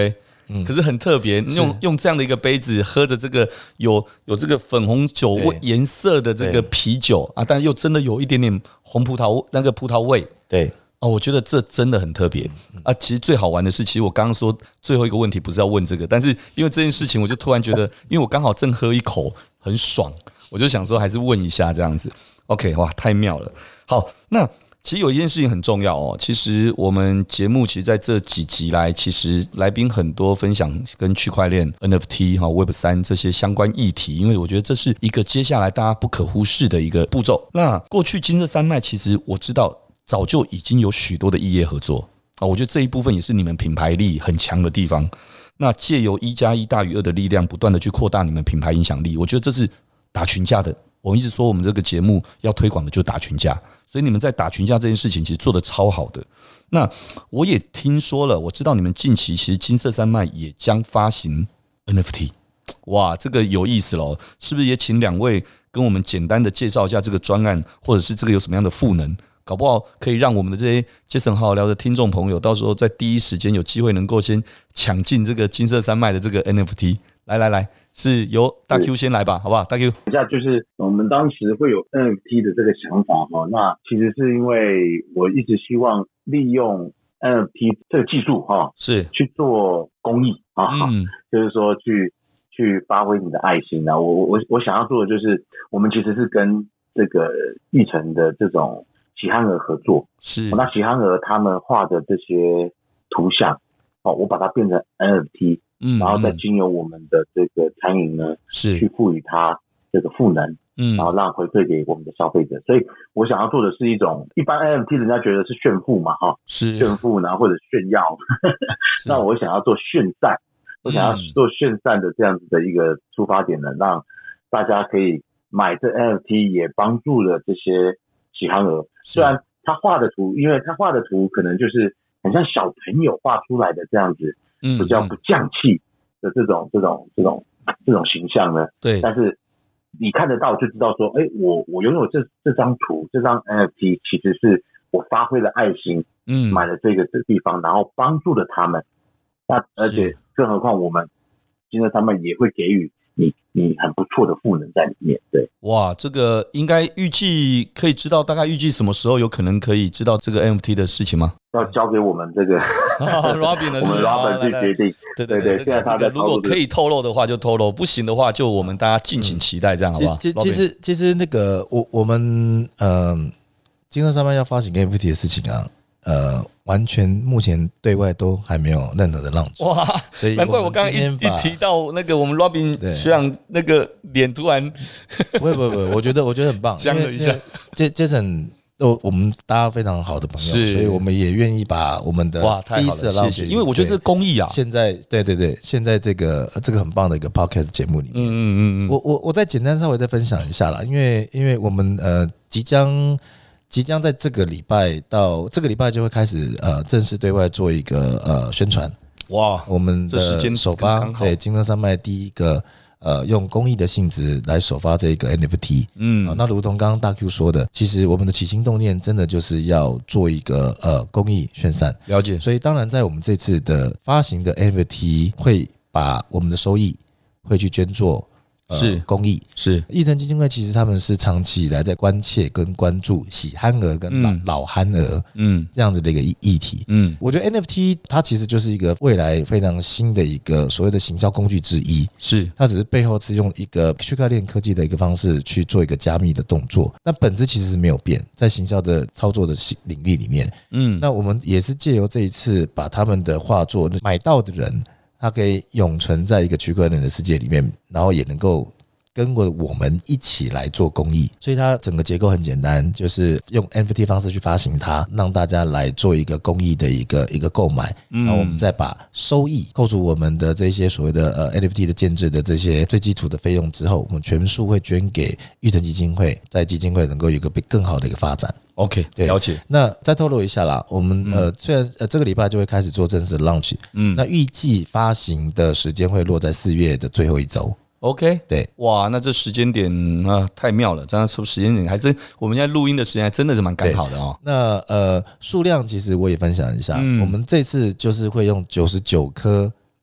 可是很特别，用这样的一个杯子喝着这个有这个粉红酒味颜色的这个啤酒啊，但又真的有一点点红葡萄那个葡萄味， 对。 我觉得这真的很特别啊！其实最好玩的是，其实我刚刚说最后一个问题不是要问这个，但是因为这件事情，我就突然觉得，因为我刚好正喝一口，很爽，我就想说还是问一下这样子。OK， 哇，太妙了！好，那其实有一件事情很重要哦。其实我们节目其实在这几集来，其实来宾很多分享跟区块链、NFT、Web3 这些相关议题，因为我觉得这是一个接下来大家不可忽视的一个步骤。那过去金色山脉，其实我知道。早就已经有许多的异业合作我觉得这一部分也是你们品牌力很强的地方。那借由1+1大于2的力量，不断的去扩大你们品牌影响力，我觉得这是打群架的。我们一直说我们这个节目要推广的就是打群架，所以你们在打群架这件事情其实做得超好的。那我也听说了，我知道你们近期其实金色山脉也将发行 NFT， 哇，这个有意思咯，是不是也请2位跟我们简单的介绍一下这个专案，或者是这个有什么样的赋能？搞不好可以让我们的这些Jason好好聊的听众朋友，到时候在第一时间有机会能够先抢进这个金色山脉的这个 NFT。来，是由大 Q 先来吧，好不好？大 Q， 一下就是我们当时会有 NFT 的这个想法那其实是因为我一直希望利用 NFT 这个技术是去做公益就是说去发挥你的爱心我想要做的就是，我们其实是跟这个育成的这种喜憨儿合作， 是那喜憨儿他们画的这些图像我把它变成 NFT，然后再经由我们的这个餐饮呢， 是去赋予它这个赋能，然后让回馈给我们的消费者。所以我想要做的是一种，一般 NFT 人家觉得是炫富嘛， 是炫富，然后或者炫耀，那我想要做炫散，我想要做炫散的这样子的一个出发点呢，让大家可以买这 NFT， 也帮助了这些喜憨儿。虽然他画的图，因为他画的图可能就是很像小朋友画出来的这样子，比较不匠气的这种形象呢， 对， 但是你看得到就知道说，我拥有这张图，这张 NFT 其实是我发挥了爱心，买了这个地方，然后帮助了他们。那而且更何况我们金色山脉也会给予你很不错的赋能在里面，对。 哇，这个应该预计可以知道，大概预计什么时候有可能可以知道这个 NFT 的事情吗？ 要交给我们这个 Robin 的， 我们 Robin 去决定。对，现在他在如果可以透露的话就透露，不行的话就我们大家敬请期待，这样好不好？ 其实那个我们金色山脉要发行 NFT 的事情完全目前对外都还没有任何的launch。哇，所以难怪我刚刚一提到那个我们 Robin 学长那个脸突然不会，我觉得很棒， 僵了一下。 Jason 我们大家非常好的朋友，所以我们也愿意把我们的第一次的launch， 因为我觉得这是公益啊。 现在对，现在这个很棒的一个 podcast 节目里面，我再简单稍微再分享一下啦，因为我们即将在这个礼拜就会开始正式对外做一个宣传。哇，我们的首发对金色山脉第一个用公益的性质来首发这个 NFT。那如同刚刚大 Q 说的，其实我们的起心动念真的就是要做一个公益宣散。 了解。 所以当然在我们这次的发行的 NFT 会把我们的收益会去捐做是公益，是育成基金会，其实他们是长期以来在关切跟关注喜憨儿跟老憨儿这样子的一个议题。我觉得 NFT 它其实就是一个未来非常新的一个所谓的行销工具之一，是它只是背后是用一个区块链科技的一个方式去做一个加密的动作，那本质其实是没有变，在行销的操作的领域里面。那我们也是借由这一次把他们的画作买到的人，它可以永存在一个区块链的世界里面，然后也能够跟我们一起来做公益。所以它整个结构很简单，就是用 NFT 方式去发行它，让大家来做一个公益的一个购买，然后我们再把收益扣除我们的这些所谓的NFT 的建制的这些最基础的费用之后，我们全数会捐给育成基金会，在基金会能够有一个更好的一个发展。 OK， 了解。 那再透露一下啦，我们虽然这个礼拜就会开始做正式的 launch，那预计发行的时间会落在4月的最后一周。 OK， 对， 哇，那这时间点太妙了，这样时间点还真，我们现在录音的时间还真的是蛮刚好的哦。 那数量其实我也分享一下，我们这次就是会用99颗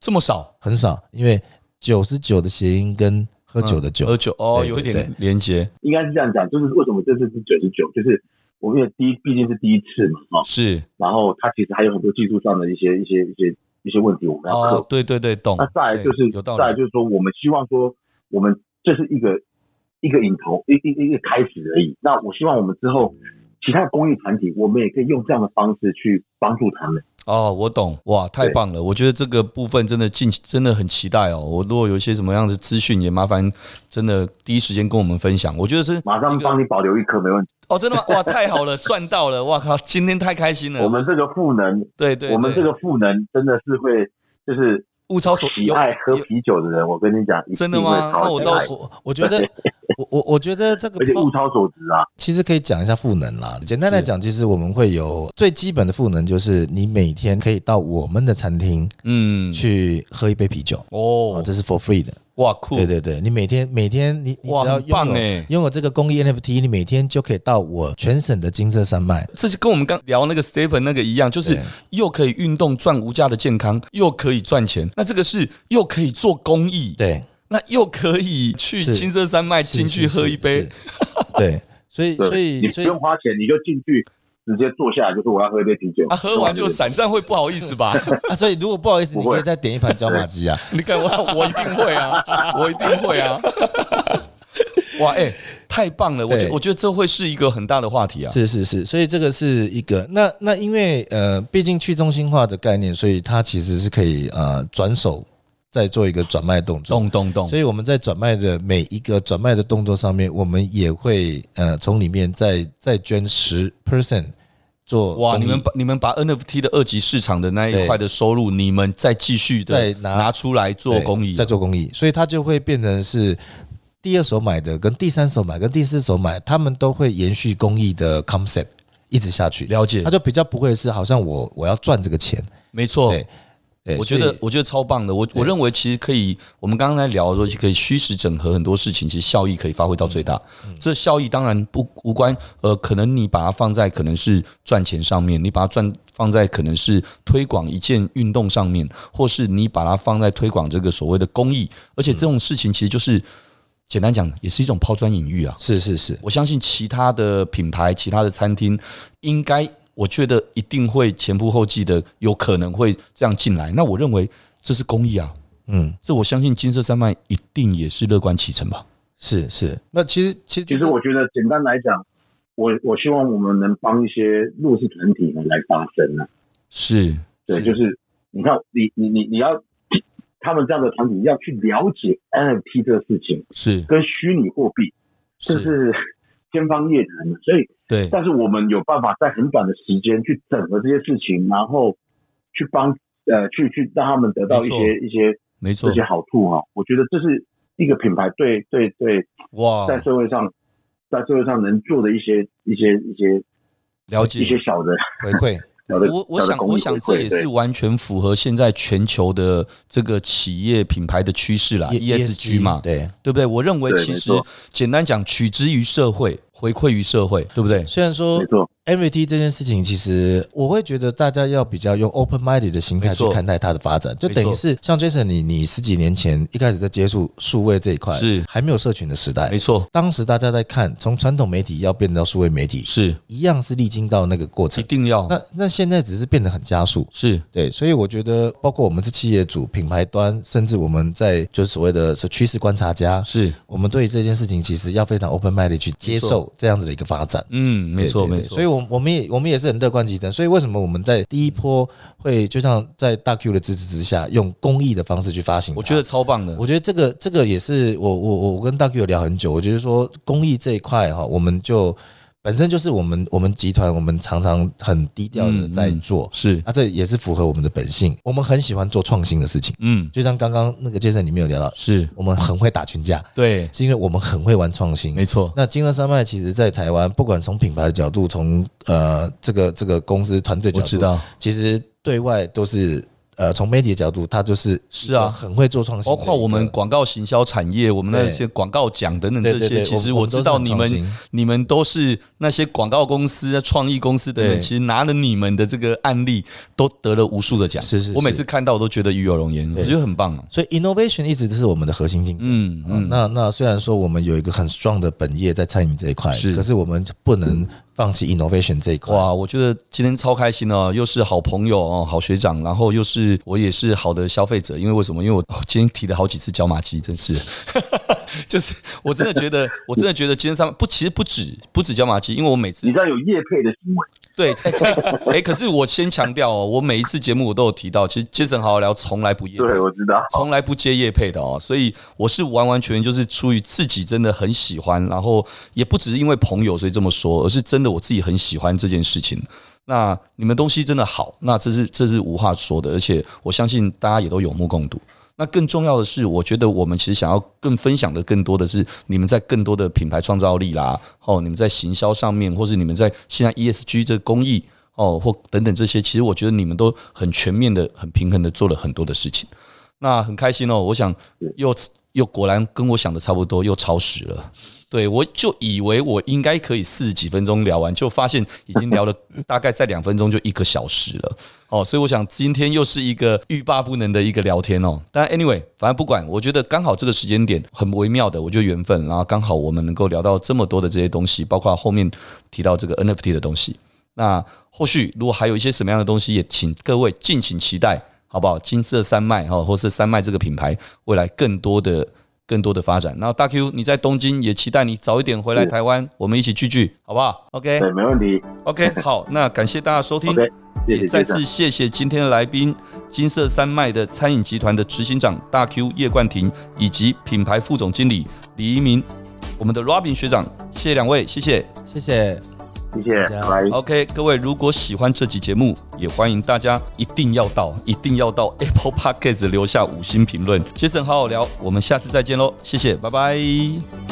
这么少， 很少，因为99的谐音跟喝酒的酒， 喝酒哦， 对有一点连结， 应该是这样讲，就是为什么这次是99，就是我们毕竟是第一次嘛， 是然后它其实还有很多技术上的一些问题我们要克服。 哦，对对对，懂。 那再来就是有道理， 再来就是说，我们希望说，我们这是一个引头一个开始而已。那我希望我们之后其他的公益团体，我们也可以用这样的方式去帮助他们。 哦，我懂，哇，太棒了！我觉得这个部分真的很期待哦。我如果有一些什么样的资讯，也麻烦真的第一时间跟我们分享。我觉得是马上帮你保留一颗，没问题。 哦，真的吗？哇，太好了，赚到了！哇靠，今天太开心了。 我们这个赋能， 对， 我们这个赋能真的是会就是物超所喜爱喝啤酒的人，我跟你讲， 真的吗？那我倒是我觉得我觉得这个而且物超所值啊。 其实可以讲一下赋能啦。简单来讲，其实我们会有最基本的赋能，就是你每天可以到我们的餐厅，去喝一杯啤酒哦，这是 for free 的。 哇，酷！ 对对对，你每天你只要拥有这个公益 NFT， 你每天就可以到我全省的金色山脉。 这就跟我们刚聊那个 Stephen 那个一样，就是又可以运动赚无价的健康，又可以赚钱。那这个是又可以做公益， 对， 那又可以去金色山脉进去喝一杯， 对，所以你不用花钱，你就进去。直接坐下来就说我要喝一杯啤酒， 喝完就散，这样会不好意思吧？ 所以如果不好意思，你可以再点一盘椒麻鸡啊！ 你看我一定会啊，我一定会啊！哇，太棒了！我觉得这会是一个很大的话题啊！ 是，所以这个是一个那因为毕竟去中心化的概念，所以它其实是可以转手。再做一个转卖动作， 动， 所以我们在转卖的每一个转卖的动作上面，我们也会从里面再捐10% 做。 哇，你们把 NFT 的2级市场的那一块的收入，你们再继续的拿出来做公益， 再做公益，所以它就会变成是第2手买的跟第3手买跟第4手買，他们都会延续公益的 concept 一直下去。 了解， 它就比较不会是好像我要赚这个钱， 没错。我觉得超棒的。我认为其实可以，我们刚刚在聊的时候，可以虚实整合很多事情，其实效益可以发挥到最大。这效益当然无关，可能你把它放在可能是赚钱上面，你把它放在可能是推广一件运动上面，或是你把它放在推广这个所谓的公益。而且这种事情其实就是简单讲，也是一种抛砖引玉啊。 是， 我相信其他的品牌、其他的餐厅应该。我觉得一定会前仆后继的，有可能会这样进来。那我认为这是公益啊，这我相信金色山脉一定也是乐观其成吧。 是，那其实我觉得简单来讲，我希望我们能帮一些弱势团体来发声啊。 是， 对，就是你看，你要他们这样的团体要去了解 NFT 这个事情， 是跟虚拟货币，这是天方夜谭的，所以。 对， 但是我们有办法在很短的时间去整合这些事情，然后去去让他们得到一些没错这些好处哈。我觉得这是一个品牌对哇， 在社会上能做的一些了解一些小的回馈。 我想这也是完全符合现在全球的这个企业品牌的趋势啦 ，ESG 嘛， 对不对？我认为其实简单讲，取之于社会，回馈于社会，对不对？ 虽然说 NFT 这件事情，其实我会觉得大家要比较用 open minded 的心态去看待它的发展，就等于是像 Jason 你10几年前一开始在接触数位这一块， 是还没有社群的时代， 没错。 当时大家在看从传统媒体要变到数位媒体， 是一样是历经到那个过程， 一定要。 那现在只是变得很加速， 是对，所以我觉得包括我们是企业主、品牌端，甚至我们在就是所谓的趋势观察家， 是我们对这件事情其实要非常 open minded 去接受这样子的一个发展。 没错没错。 所以我们也是很乐观其成。所以为什么我们在第一波会就像在大 Q 的支持之下，用公益的方式去发行， 我觉得超棒的。 我觉得这个也是我跟大 Q 有聊很久，我觉得说公益这一块哈，我们就。本身就是我们集团，我们常常很低调的在做， 是这也是符合我们的本性。我们很喜欢做创新的事情，就像刚刚那个Jason里面有聊到， 是我们很会打群架， 对， 是因为我们很会玩创新， 没错。 那金色山脉其实在台湾，不管从品牌的角度，从这个公司团队角度， 我知道， 其实对外都是从媒体的角度，它就是很会做创新， 包括我们广告行销产业，我们那些广告奖等等这些，其实我知道你们都是那些广告公司、创意公司等等，其实拿了你们的这个案例都得了无数的奖。 是， 我每次看到我都觉得与有荣焉，我觉得很棒啊。 所以 innovation 一直都是我们的核心竞争。那虽然说我们有一个很 strong 的本业在餐饮这一块，可是我们不能放弃 innovation 这一块。 哇，我觉得今天超开心哦，又是好朋友哦，好学长，然后又是我也是好的消费者，因为什么？因为我今天提了好几次椒麻鸡，真是，就是我真的觉得今天其实不止椒麻鸡，因为我每次你知道有业配的行为。 对，可是我先强调哦，我每一次节目我都有提到，其实Jason好好聊从来不业配， 对，我知道， 从来不接业配的哦，所以我是完完全全就是出于自己真的很喜欢，然后也不只是因为朋友所以这么说，而是真的我自己很喜欢这件事情。那你们东西真的好，那这是无话说的，而且我相信大家也都有目共睹。那更重要的是，我觉得我们其实想要更分享的更多的是你们在更多的品牌创造力啦，你们在行销上面，或是你们在现在 ESG 这公益或等等这些，其实我觉得你们都很全面的、很平衡的做了很多的事情。那很开心哦，我想又果然跟我想的差不多，又超时了。对，我就以为我应该可以40几分钟聊完，就发现已经聊了大概在2分钟就1个小时了。所以我想今天又是一个欲罢不能的一个聊天哦。但 anyway， 反正不管，我觉得刚好这个时间点很微妙的，我觉得缘分，然后刚好我们能够聊到这么多的这些东西，包括后面提到这个 NFT 的东西。那后续如果还有一些什么样的东西，也请各位敬请期待，好不好？金色山脉或是山脉这个品牌未来更多的发展。然后大 Q 你在东京，也期待你早一点回来台湾，我们一起聚，好不好 ？OK， 对，没问题。 OK， 好，那感谢大家收听， okay， 也再次谢谢今天的来宾，金色山脉的餐饮集团的执行长大 Q 叶冠廷，以及品牌副总经理李一鸣，我们的 Robin 学长，谢谢两位，谢谢。 谢谢，拜。 OK， 各位如果喜欢这集节目，也欢迎大家一定要到 Apple Podcast 留下5星评论。Jason好好聊，我们下次再见喽，谢谢，拜拜。